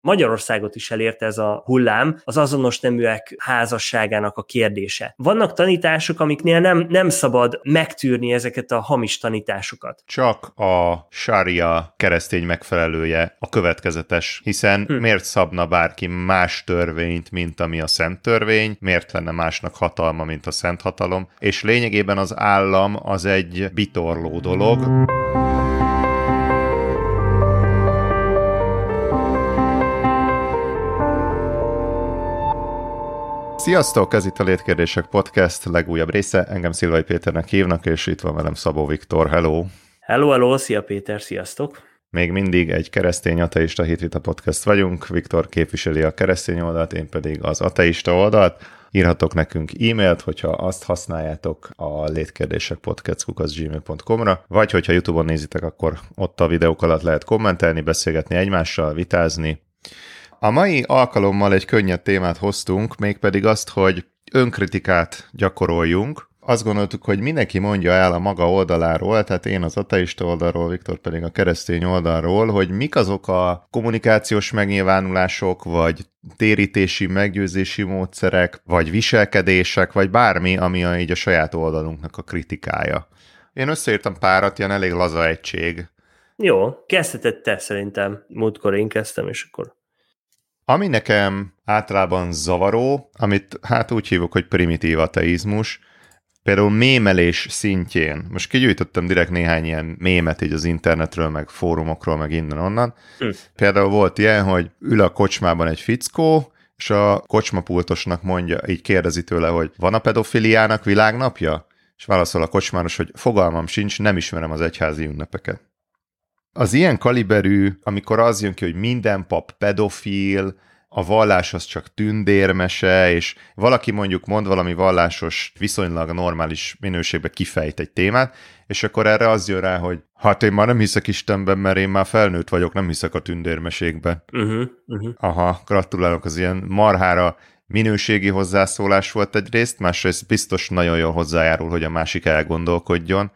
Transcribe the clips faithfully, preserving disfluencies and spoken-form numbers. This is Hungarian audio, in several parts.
Magyarországot is elérte ez a hullám, az azonos neműek házasságának a kérdése. Vannak tanítások, amiknél nem, nem szabad megtűrni ezeket a hamis tanításokat. Csak a sária keresztény megfelelője a következetes, hiszen hm. miért szabna bárki más törvényt, mint ami a szent törvény, miért lenne másnak hatalma, mint a szent hatalom, és lényegében az állam az egy bitorló dolog. Sziasztok! Ez itt a Létkérdések Podcast legújabb része. Engem Szilvai Péternek hívnak, és itt van velem Szabó Viktor. Hello! Hello, hello! Szia Péter, sziasztok! Még mindig egy keresztény ateista hitvita podcast vagyunk. Viktor képviseli a keresztény oldalt, én pedig az ateista oldalt. Írhatok nekünk e-mailt, hogyha azt használjátok a létkérdések podcast kukac gmail pont com-ra, vagy hogyha YouTube-on nézitek, akkor ott a videók alatt lehet kommentelni, beszélgetni egymással, vitázni. A mai alkalommal egy könnyed témát hoztunk, mégpedig azt, hogy önkritikát gyakoroljunk. Azt gondoltuk, hogy mindenki mondja el a maga oldaláról, tehát én az ateista oldalról, Viktor pedig a keresztény oldalról, hogy mik azok a kommunikációs megnyilvánulások, vagy térítési, meggyőzési módszerek, vagy viselkedések, vagy bármi, ami a, így a saját oldalunknak a kritikája. Én összeírtam párat, ilyen elég laza egység. Jó, kezdheted te szerintem. Múltkor én kezdtem, és akkor... Ami nekem általában zavaró, amit hát úgy hívok, hogy primitív ateizmus, például mémelés szintjén. Most kigyűjtöttem direkt néhány ilyen mémet így az internetről, meg fórumokról, meg innen-onnan. Hm. Például volt ilyen, hogy ül a kocsmában egy fickó, és a kocsmapultosnak mondja, így kérdezi tőle, hogy van a pedofiliának világnapja? És válaszol a kocsmáros, hogy fogalmam sincs, nem ismerem az egyházi ünnepeket. Az ilyen kaliberű, amikor az jön ki, hogy minden pap pedofil, a vallás az csak tündérmese, és valaki mondjuk mond valami vallásos, viszonylag normális minőségben kifejt egy témát, és akkor erre az jön rá, hogy hát én már nem hiszek Istenben, mert én már felnőtt vagyok, nem hiszek a tündérmeségben. Uh-huh, uh-huh. Aha, gratulálok, az ilyen marhára minőségi hozzászólás volt egyrészt, másrészt biztos nagyon jól hozzájárul, hogy a másik elgondolkodjon.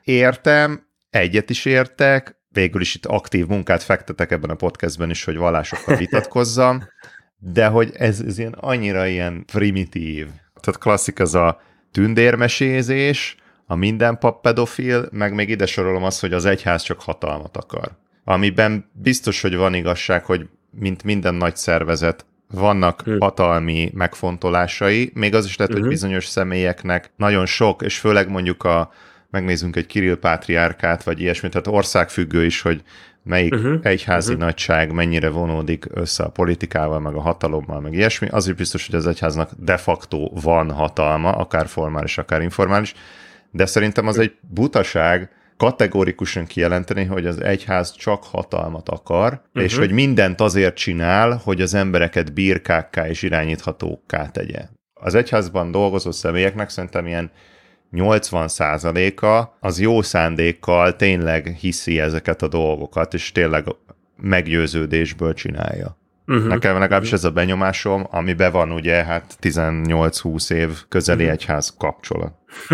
Értem, egyet is értek, végül is itt aktív munkát fektetek ebben a podcastben is, hogy vallásokkal vitatkozzam, de hogy ez, ez ilyen annyira ilyen primitív. Tehát klasszik az a tündérmesézés, a minden pap pedofil, meg még ide sorolom azt, hogy az egyház csak hatalmat akar. Amiben biztos, hogy van igazság, hogy mint minden nagy szervezet, vannak hm. hatalmi megfontolásai, még az is lehet, uh-huh. hogy bizonyos személyeknek nagyon sok, és főleg mondjuk a megnézzünk egy Kirill pátriárkát, vagy ilyesmit, tehát országfüggő is, hogy melyik uh-huh. egyházi uh-huh. nagyság mennyire vonódik össze a politikával, meg a hatalommal, meg ilyesmi. Az is biztos, hogy az egyháznak de facto van hatalma, akár formális, akár informális, de szerintem az egy butaság kategórikusan kijelenteni, hogy az egyház csak hatalmat akar, uh-huh. és hogy mindent azért csinál, hogy az embereket birkákká és irányíthatókká tegye. Az egyházban dolgozó személyeknek szerintem ilyen nyolcvan százaléka az jó szándékkal tényleg hiszi ezeket a dolgokat, és tényleg meggyőződésből csinálja. Uh-huh. Nekem legalábbis ez a benyomásom, amiben van ugye hát tizennyolc-húsz év közeli uh-huh. egyház kapcsolat.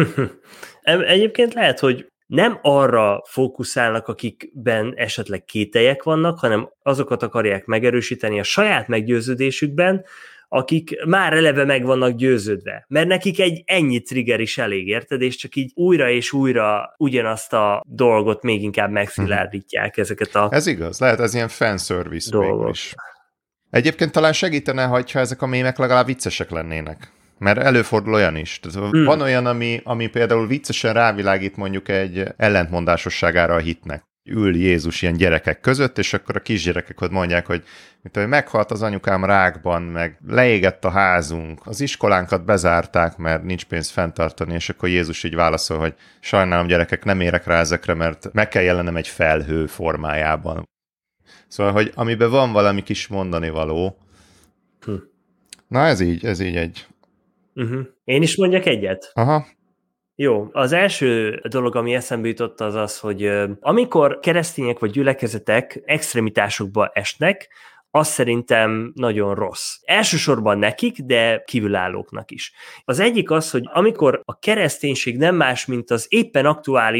Egyébként lehet, hogy nem arra fókuszálnak, akikben esetleg kételyek vannak, hanem azokat akarják megerősíteni a saját meggyőződésükben, akik már eleve meg vannak győződve. Mert nekik egy ennyi trigger is elég, érted? És csak így újra és újra ugyanazt a dolgot még inkább megszilárdítják ezeket a Ez igaz, lehet ez ilyen fanservice végül is. Egyébként talán segítene, ha ezek a mémek legalább viccesek lennének. Mert előfordul olyan is. Hmm. Van olyan, ami, ami például viccesen rávilágít mondjuk egy ellentmondásosságára a hitnek. Ül Jézus ilyen gyerekek között, és akkor a kisgyerekek ott mondják, hogy, mint, hogy meghalt az anyukám rákban, meg leégett a házunk, az iskolánkat bezárták, mert nincs pénz fenntartani, és akkor Jézus így válaszol, hogy sajnálom gyerekek, nem érek rá ezekre, mert meg kell jelennem egy felhő formájában. Szóval, hogy amiben van valami kis mondani való. Hm. Na ez így, ez így egy... Uh-huh. Én is mondjak egyet? Aha. Jó, az első dolog, ami eszembe jutott, az az, hogy amikor keresztények vagy gyülekezetek extremitásokba esnek, az szerintem nagyon rossz. Elsősorban nekik, de kívülállóknak is. Az egyik az, hogy amikor a kereszténység nem más, mint az éppen aktuális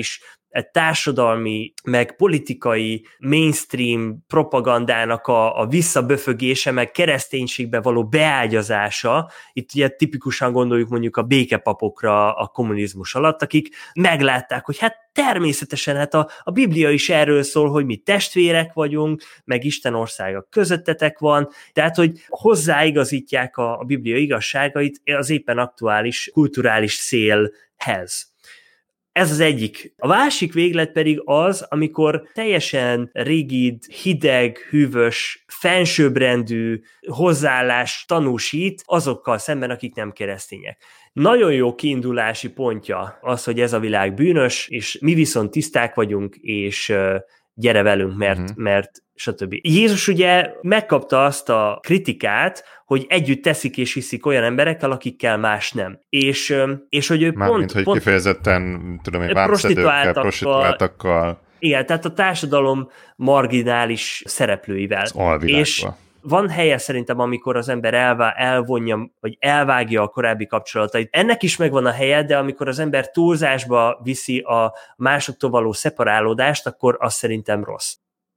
társadalmi, meg politikai mainstream propagandának a, a visszaböfögése, meg kereszténységbe való beágyazása, itt ugye tipikusan gondoljuk mondjuk a békepapokra a kommunizmus alatt, akik meglátták, hogy hát természetesen hát a, a Biblia is erről szól, hogy mi testvérek vagyunk, meg Isten országa közöttetek van, tehát, hogy hozzáigazítják a, a Biblia igazságait az éppen aktuális kulturális szélhez. Ez az egyik. A másik véglet pedig az, amikor teljesen rigid, hideg, hűvös, fensőbbrendű hozzáállás tanúsít azokkal szemben, akik nem keresztények. Nagyon jó kiindulási pontja az, hogy ez a világ bűnös, és mi viszont tiszták vagyunk, és gyere velünk, mert, uh-huh. mert stb. Jézus ugye megkapta azt a kritikát, hogy együtt teszik és hiszik olyan emberekkel, akikkel más nem. És, és hogy ő Mármint, pont... hogy pont kifejezetten, tudom én, vámszedőkkel, prostituáltakkal. Igen, tehát a társadalom marginális szereplőivel. Az alvilágban. És van helye szerintem, amikor az ember elvá, elvonja, vagy elvágja a korábbi kapcsolatait. Ennek is megvan a helye, de amikor az ember túlzásba viszi a másoktól való szeparálódást, akkor az szerintem rossz.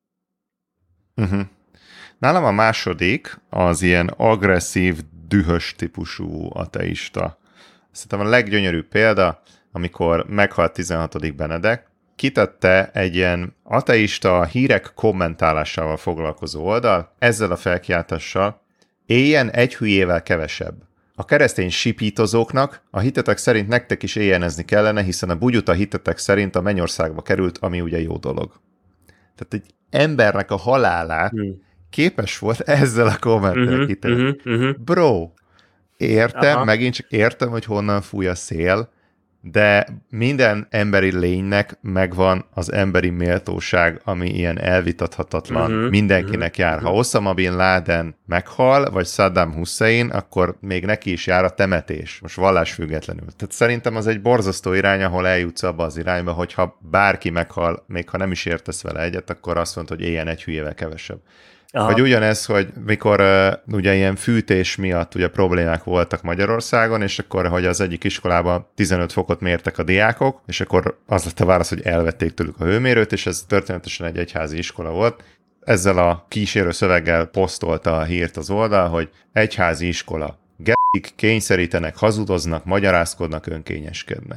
Uh-huh. Nálam a második az ilyen agresszív, dühös típusú ateista. Szerintem a leggyönyörűbb példa, amikor meghalt tizenhatodik Benedek, kitette egy ilyen ateista hírek kommentálásával foglalkozó oldal, ezzel a felkiáltással: éljen egy hülyével kevesebb. A keresztény sipítozóknak a hitetek szerint nektek is éljenezni kellene, hiszen a bugyuta hitetek szerint a mennyországba került, ami ugye jó dolog. Tehát egy embernek a halálát hmm. képes volt ezzel a kommenttel uh-huh, kitenni. Uh-huh, uh-huh. Bro, értem, Aha. megint csak értem, hogy honnan fúj a szél, de minden emberi lénynek megvan az emberi méltóság, ami ilyen elvitathatatlan, uh-huh, mindenkinek uh-huh, jár. Ha Osama Bin Laden meghal, vagy Saddam Hussein, akkor még neki is jár a temetés, most vallásfüggetlenül. Tehát szerintem az egy borzasztó irány, ahol eljutsz abba az irányba, hogyha bárki meghal, még ha nem is értesz vele egyet, akkor azt mondod, hogy éljen egy hülyével kevesebb. Aha. Vagy ugyanez, hogy mikor uh, ugye ilyen fűtés miatt ugye problémák voltak Magyarországon, és akkor, hogy az egyik iskolában tizenöt fokot mértek a diákok, és akkor az lett a válasz, hogy elvették tőlük a hőmérőt, és ez történetesen egy egyházi iskola volt. Ezzel a kísérő szöveggel posztolta a hírt az oldal, hogy egyházi iskola. G***ik kényszerítenek, hazudoznak, magyarázkodnak, önkényeskednek.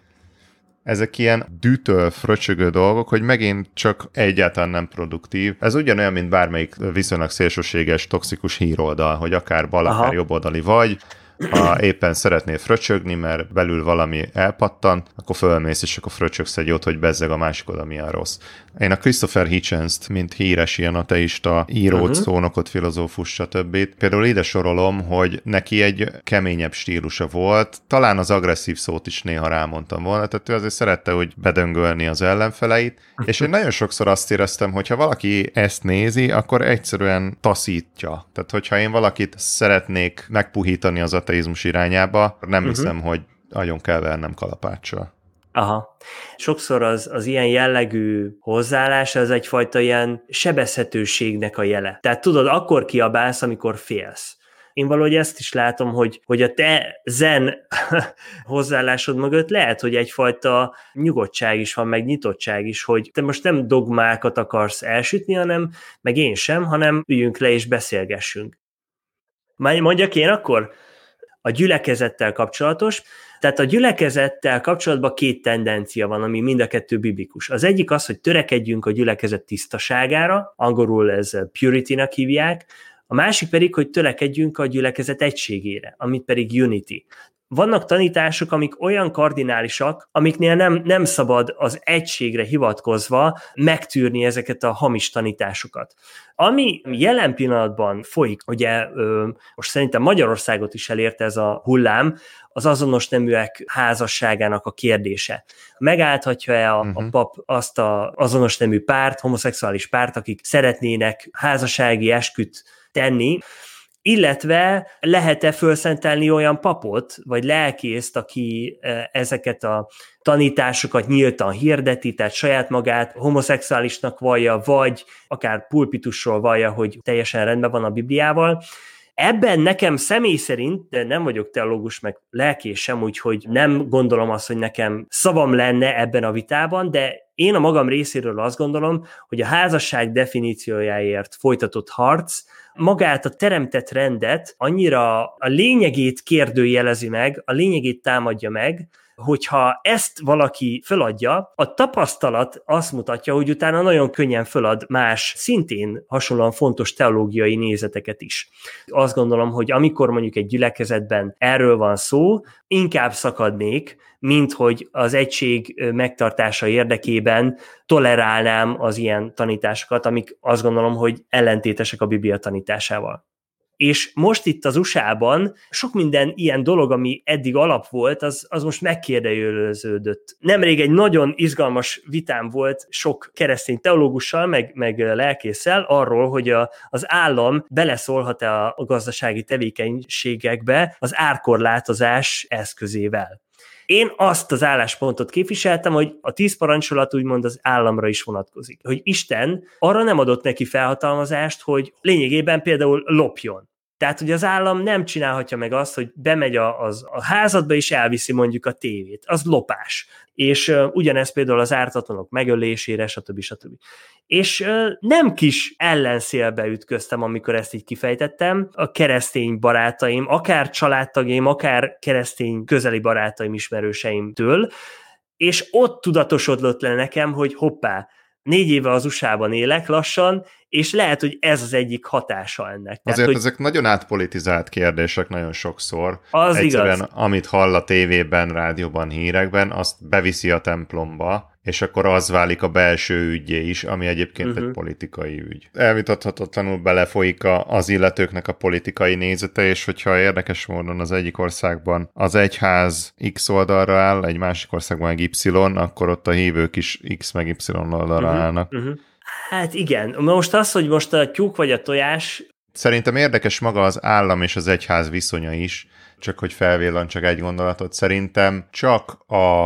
Ezek ilyen dűtől fröcsögő dolgok, hogy megint csak egyáltalán nem produktív. Ez ugyanolyan, mint bármelyik viszonylag szélsőséges, toxikus híroldal, hogy akár bal, Aha. akár jobboldali vagy, ha éppen szeretnél fröcsögni, mert belül valami elpattan, akkor fölmész, és akkor fröcsögsz egy jót, hogy bezzeg a másik oda milyen rossz. Én a Christopher Hitchens-t, mint híres ilyen ateista írót, uh-huh. szónokot, filozófus, stb. Például ide sorolom, hogy neki egy keményebb stílusa volt, talán az agresszív szót is néha rámondtam volna, tehát ő azért szerette, hogy bedöngölni az ellenfeleit, és én nagyon sokszor azt éreztem, hogy ha valaki ezt nézi, akkor egyszerűen taszítja. Tehát, hogyha én valakit szeretnék megpuhítani az ateizmus irányába, nem uh-huh. hiszem, hogy nagyon kell vernem kalapáccsal. Aha. Sokszor az, az ilyen jellegű hozzáállás az egyfajta ilyen sebezhetőségnek a jele. Tehát tudod, akkor kiabálsz, amikor félsz. Én valahogy ezt is látom, hogy, hogy a te zen hozzáállásod mögött lehet, hogy egyfajta nyugodtság is van, meg nyitottság is, hogy te most nem dogmákat akarsz elsütni, hanem, meg én sem, hanem üljünk le és beszélgessünk. Mondjak én akkor? A gyülekezettel kapcsolatos. Tehát a gyülekezettel kapcsolatban két tendencia van, ami mind a kettő biblikus. Az egyik az, hogy törekedjünk a gyülekezet tisztaságára, angolul ez purity-nak hívják, a másik pedig, hogy törekedjünk a gyülekezet egységére, amit pedig unity. Vannak tanítások, amik olyan kardinálisak, amiknél nem, nem szabad az egységre hivatkozva megtűrni ezeket a hamis tanításokat. Ami jelen pillanatban folyik, ugye most szerintem Magyarországot is elérte ez a hullám, az azonos neműek házasságának a kérdése. Megállhatja-e a, uh-huh. a pap azt az azonos nemű párt, homoszexuális párt, akik szeretnének házassági esküt tenni, illetve lehet-e fölszentelni olyan papot, vagy lelkészt, aki ezeket a tanításokat nyíltan hirdeti, tehát saját magát homoszexuálisnak vallja, vagy akár pulpitusról vallja, hogy teljesen rendben van a Bibliával. Ebben nekem személy szerint, de nem vagyok teológus, meg lelkész sem, úgyhogy nem gondolom azt, hogy nekem szavam lenne ebben a vitában, de én a magam részéről azt gondolom, hogy a házasság definíciójáért folytatott harc magát a teremtett rendet annyira a lényegét kérdőjelezi meg, a lényegét támadja meg, hogyha ezt valaki föladja, a tapasztalat azt mutatja, hogy utána nagyon könnyen fölad más, szintén hasonlóan fontos teológiai nézeteket is. Azt gondolom, hogy amikor mondjuk egy gyülekezetben erről van szó, inkább szakadnék, mint hogy az egység megtartása érdekében tolerálnám az ilyen tanításokat, amik azt gondolom, hogy ellentétesek a Biblia tanításával. És most itt az u es á-ban sok minden ilyen dolog, ami eddig alap volt, az, az most megkérdőjeleződött. Nemrég egy nagyon izgalmas vitám volt sok keresztény teológussal, meg, meg lelkésszel arról, hogy a, az állam beleszólhat-e a, a gazdasági tevékenységekbe az árkorlátozás eszközével. Én azt az álláspontot képviseltem, hogy a tíz parancsolat úgymond az államra is vonatkozik. Hogy Isten arra nem adott neki felhatalmazást, hogy lényegében például lopjon. Tehát, hogy az állam nem csinálhatja meg azt, hogy bemegy a, az, a házadba és elviszi mondjuk a tévét. Az lopás. És uh, ugyanez például az ártatlanok megölésére, stb. stb. És uh, nem kis ellenszélbe ütköztem, amikor ezt így kifejtettem. A keresztény barátaim, akár családtagjaim, akár keresztény közeli barátaim, ismerőseimtől, és ott tudatosodott le nekem, hogy hoppá, négy éve az u es á-ban élek lassan, és lehet, hogy ez az egyik hatása ennek. Azért Tehát, hogy ezek nagyon átpolitizált kérdések nagyon sokszor. Az Egyszerűen, igaz. amit hall a tévében, rádióban, hírekben, azt beviszi a templomba, és akkor az válik a belső ügyé is, ami egyébként uh-huh. egy politikai ügy. Elvitathatatlanul belefolyik a, az illetőknek a politikai nézete, és hogyha érdekes módon az egyik országban az egyház X oldalra áll, egy másik országban egy Y, akkor ott a hívők is X meg Y oldalra uh-huh. állnak. Uh-huh. Hát igen, most az, hogy most a tyúk vagy a tojás... Szerintem érdekes maga az állam és az egyház viszonya is, csak hogy felvillan csak egy gondolatot. Szerintem csak a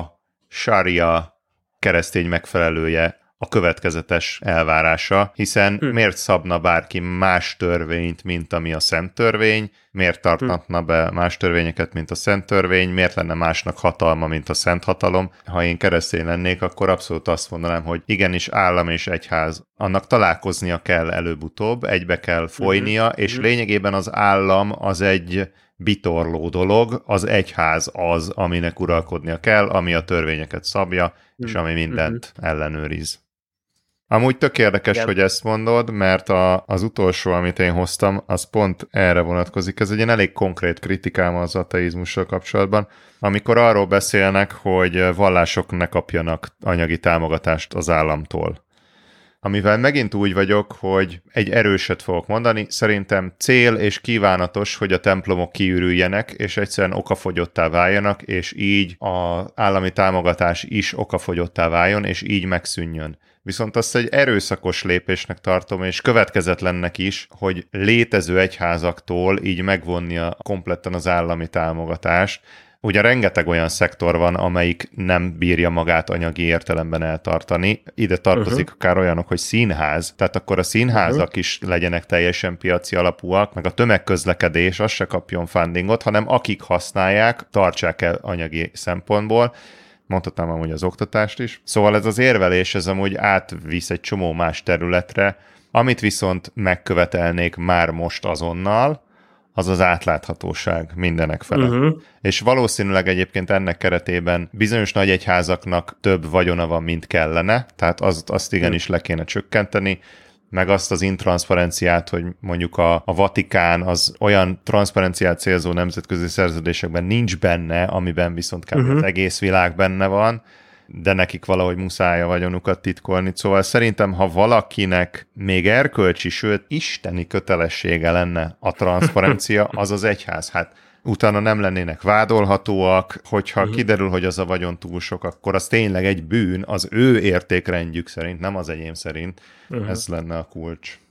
sária keresztény megfelelője a következetes elvárása, hiszen hm. miért szabna bárki más törvényt, mint ami a szent törvény, miért tartatna be más törvényeket, mint a szent törvény, miért lenne másnak hatalma, mint a szent hatalom. Ha én keresztény lennék, akkor abszolút azt mondanám, hogy igenis állam és egyház, annak találkoznia kell előbb-utóbb, egybe kell folynia, uh-huh. és lényegében az állam az egy bitorló dolog, az egyház az, aminek uralkodnia kell, ami a törvényeket szabja, és ami mindent uh-huh. ellenőriz. Amúgy tök érdekes, igen. hogy ezt mondod, mert a, az utolsó, amit én hoztam, az pont erre vonatkozik. Ez egy ilyen elég konkrét kritikám az ateizmussal kapcsolatban, amikor arról beszélnek, hogy vallások ne kapjanak anyagi támogatást az államtól. Amivel megint úgy vagyok, hogy egy erőset fogok mondani, szerintem cél és kívánatos, hogy a templomok kiürüljenek, és egyszerűen okafogyottá váljanak, és így az állami támogatás is okafogyottá váljon, és így megszűnjön. Viszont azt egy erőszakos lépésnek tartom, és következetlennek is, hogy létező egyházaktól így megvonnia kompletten az állami támogatást. Ugye rengeteg olyan szektor van, amelyik nem bírja magát anyagi értelemben eltartani. Ide tartozik uh-huh. akár olyanok, hogy színház. Tehát akkor a színházak uh-huh. is legyenek teljesen piaci alapúak, meg a tömegközlekedés az se kapjon fundingot, hanem akik használják, tartsák el anyagi szempontból. Mondhatnám amúgy az oktatást is. Szóval ez az érvelés, ez amúgy átvisz egy csomó más területre, amit viszont megkövetelnék már most azonnal, az az átláthatóság mindenek felett. Uh-huh. És valószínűleg egyébként ennek keretében bizonyos nagy egyházaknak több vagyona van, mint kellene, tehát azt, azt igenis le kéne csökkenteni, meg azt az intranszparenciát, hogy mondjuk a, a Vatikán az olyan transzparenciát célzó nemzetközi szerződésekben nincs benne, amiben viszont kb. Uh-huh. az egész világ benne van, de nekik valahogy muszáj a vagyonukat titkolni. Szóval szerintem, ha valakinek még erkölcsi, sőt, isteni kötelessége lenne a transzparencia, az az egyház. Hát utána nem lennének vádolhatóak, hogyha uh-huh. kiderül, hogy az a vagyon túl sok, akkor az tényleg egy bűn, az ő értékrendjük szerint, nem az enyém szerint. Uh-huh. Ez lenne a kulcs.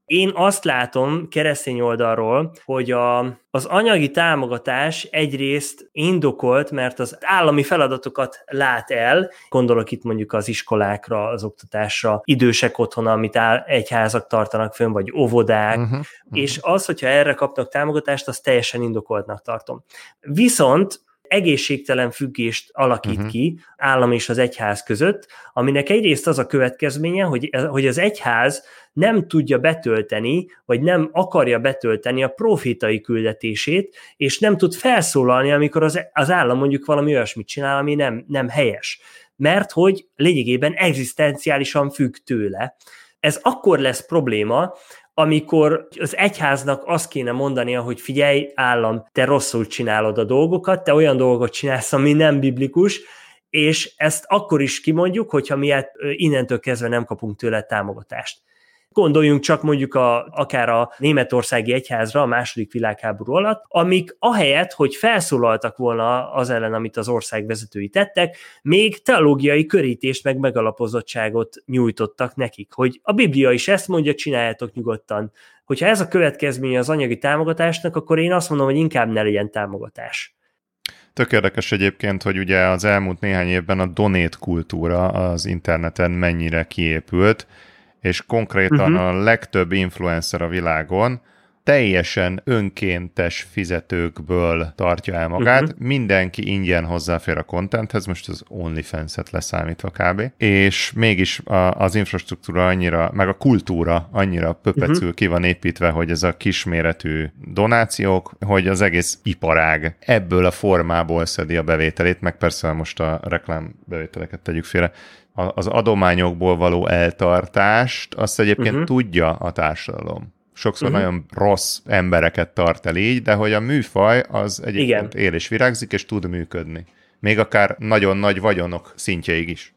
Én azt látom keresztény oldalról, hogy a, az anyagi támogatás egyrészt indokolt, mert az állami feladatokat lát el, gondolok itt mondjuk az iskolákra, az oktatásra, idősek otthona, amit áll, egyházak tartanak fönn, vagy óvodák, uh-huh, uh-huh. és az, hogyha erre kapnak támogatást, azt teljesen indokoltnak tartom. Viszont egészségtelen függést alakít uh-huh. ki állam és az egyház között, aminek egyrészt az a következménye, hogy, hogy az egyház nem tudja betölteni, vagy nem akarja betölteni a profétai küldetését, és nem tud felszólalni, amikor az, az állam mondjuk valami olyasmit csinál, ami nem, nem helyes. Mert hogy lényegében egzisztenciálisan függ tőle. Ez akkor lesz probléma, amikor az egyháznak azt kéne mondania, hogy figyelj, állam, te rosszul csinálod a dolgokat, te olyan dolgot csinálsz, ami nem biblikus, és ezt akkor is kimondjuk, hogyha mi innentől kezdve nem kapunk tőle támogatást. Gondoljunk csak mondjuk a, akár a németországi egyházra a második világháború alatt, amik ahelyett, hogy felszólaltak volna az ellen, amit az ország vezetői tettek, még teológiai körítést meg megalapozottságot nyújtottak nekik, hogy a Biblia is ezt mondja, csináljátok nyugodtan. Hogyha ez a következménye az anyagi támogatásnak, akkor én azt mondom, hogy inkább ne legyen támogatás. Tök érdekes egyébként, hogy ugye az elmúlt néhány évben a donate kultúra az interneten mennyire kiépült, és konkrétan uh-huh. a legtöbb influencer a világon teljesen önkéntes fizetőkből tartja el magát, uh-huh. mindenki ingyen hozzáfér a contenthez, most az OnlyFans-et leszámítva kb. És mégis a, az infrastruktúra annyira, meg a kultúra annyira pöpecül uh-huh. ki van építve, hogy ez a kisméretű donációk, hogy az egész iparág ebből a formából szedi a bevételét, meg persze most a reklámbevételeket tegyük félre, az adományokból való eltartást, azt egyébként uh-huh. tudja a társadalom. Sokszor uh-huh. nagyon rossz embereket tart el így, de hogy a műfaj az egyébként Igen. él és virágzik, és tud működni. Még akár nagyon nagy vagyonok szintjeig is.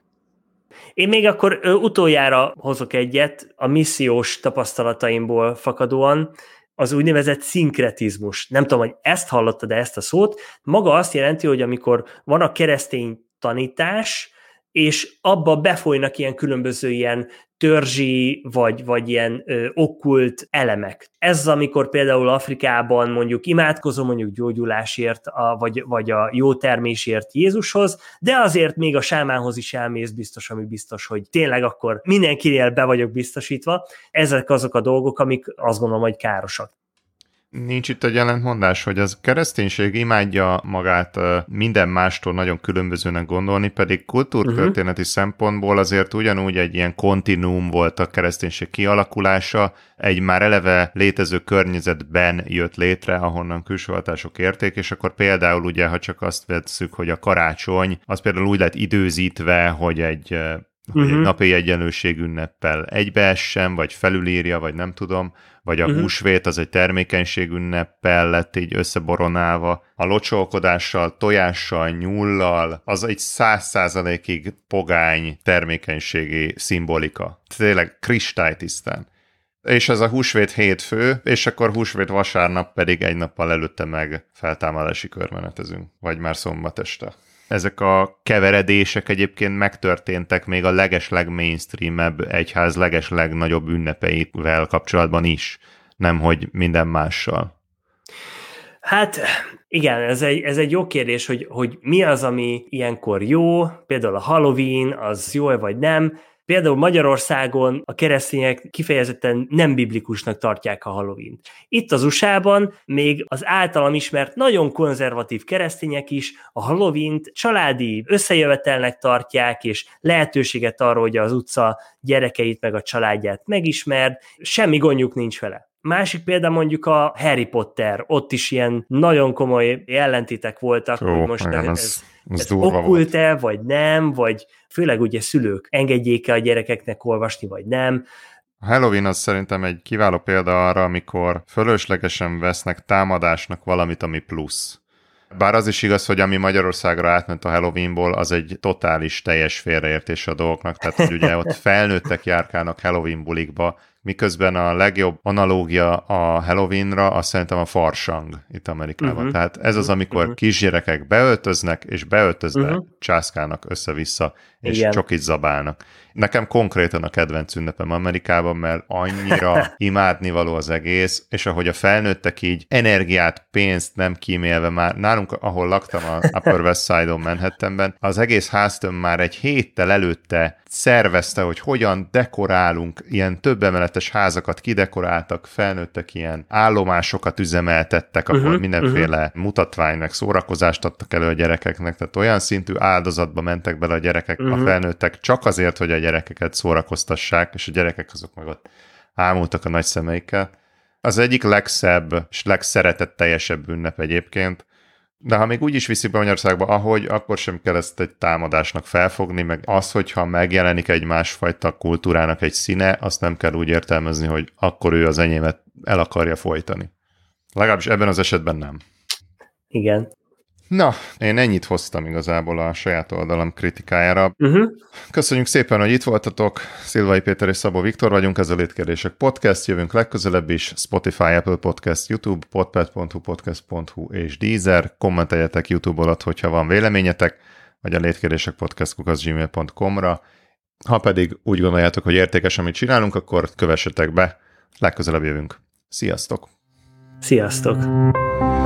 Én még akkor ö, utoljára hozok egyet, a missziós tapasztalataimból fakadóan, az úgynevezett szinkretizmus. Nem tudom, hogy ezt hallottad, de ezt a szót. Maga azt jelenti, hogy amikor van a keresztény tanítás, és abba befolynak ilyen különböző ilyen törzsi, vagy, vagy ilyen ö, okkult elemek. Ez az, amikor például Afrikában mondjuk imádkozom mondjuk gyógyulásért, a, vagy, vagy a jó termésért Jézushoz, de azért még a sámánhoz is elmész biztos, ami biztos, hogy tényleg akkor mindenkinél be vagyok biztosítva. Ezek azok a dolgok, amik azt gondolom, hogy károsak. Nincs itt egy ellentmondás, hogy az kereszténység imádja magát minden mástól nagyon különbözőnek gondolni, pedig kultúrtörténeti uh-huh. szempontból azért ugyanúgy egy ilyen kontinuum volt a kereszténység kialakulása, egy már eleve létező környezetben jött létre, ahonnan külső hatások érték, és akkor például ugye, ha csak azt vesszük, hogy a karácsony, az például úgy lett időzítve, hogy egy hogy uh-huh. egy napi egyenlőség ünneppel egybeessen, vagy felülírja, vagy nem tudom, vagy a uh-huh. húsvét az egy termékenység ünneppel lett így összeboronálva. A locsolkodással, tojással, nyullal, az egy száz százalékig pogány termékenységi szimbolika. Tényleg kristálytisztán. És ez a húsvét hétfő, és akkor húsvét vasárnap pedig egy nappal előtte meg feltámadási körmenetezünk, vagy már szombat este. Ezek a keveredések egyébként megtörténtek még a legesleg mainstreamebb egyház legesleg nagyobb ünnepeivel kapcsolatban is, nemhogy minden mással. Hát igen, ez egy, ez egy jó kérdés, hogy, hogy mi az, ami ilyenkor jó, például a Halloween, az jó vagy nem. Például Magyarországon a keresztények kifejezetten nem biblikusnak tartják a Halloween-t. Itt az u es á-ban még az általam ismert nagyon konzervatív keresztények is a Halloween-t családi összejövetelnek tartják, és lehetőséget arra, hogy az utca gyerekeit meg a családját megismerd, semmi gondjuk nincs vele. Másik példa mondjuk a Harry Potter, ott is ilyen nagyon komoly ellentétek voltak, Ó, hogy most igen, ez, ez, ez, ez okkult-e, vagy nem, vagy főleg ugye szülők engedjék-e a gyerekeknek olvasni, vagy nem. A Halloween az szerintem egy kiváló példa arra, amikor fölöslegesen vesznek támadásnak valamit, ami plusz. Bár az is igaz, hogy ami Magyarországra átment a Halloweenból, az egy totális teljes félreértés a dolgoknak, tehát hogy ugye ott felnőttek járkálnak Halloween bulikba, miközben a legjobb analógia a Halloweenra, azt szerintem a farsang itt Amerikában. Uh-huh. Tehát ez az, amikor uh-huh. kisgyerekek beöltöznek, és beöltözve uh-huh. császkálnak össze-vissza, és igen. csokit zabálnak. Nekem konkrétan a kedvenc ünnepem Amerikában, mert annyira imádnivaló az egész, és ahogy a felnőttek így energiát, pénzt nem kímélve már, nálunk, ahol laktam a Upper West Side-on Manhattanben, az egész háztöm már egy héttel előtte szervezte, hogy hogyan dekorálunk, ilyen több emeletes házakat kidekoráltak, felnőttek ilyen állomásokat üzemeltettek, ahol uh-huh, mindenféle uh-huh. mutatvány meg szórakozást adtak elő a gyerekeknek, tehát olyan szintű áldozatba mentek bele a gyerekek, uh-huh. a felnőttek csak azért, hogy a gyerekeket szórakoztassák, és a gyerekek azok meg ott ámultak a nagy szemeikkel. Az egyik legszebb és legszeretetteljesebb ünnep egyébként, de ha még úgy is viszik be Magyarországba, ahogy, akkor sem kell ezt egy támadásnak felfogni, meg az, hogyha megjelenik egy másfajta kultúrának egy színe, azt nem kell úgy értelmezni, hogy akkor ő az enyémet el akarja folytani. Legalábbis ebben az esetben nem. Igen. Na, én ennyit hoztam igazából a saját oldalam kritikájára. Uh-huh. Köszönjük szépen, hogy itt voltatok. Szilvai Péter és Szabó Viktor vagyunk, ez a Létkérdések Podcast. Jövünk legközelebb is. Spotify, Apple Podcast, YouTube, podpad pont hu, podcast pont hu és Deezer. Kommenteljetek YouTube alatt, hogyha van véleményetek, vagy a létkérdések podcast kukac gmail pont com-ra. Ha pedig úgy gondoljátok, hogy értékes, amit csinálunk, akkor kövessetek be. Legközelebb jövünk. Sziasztok! Sziasztok!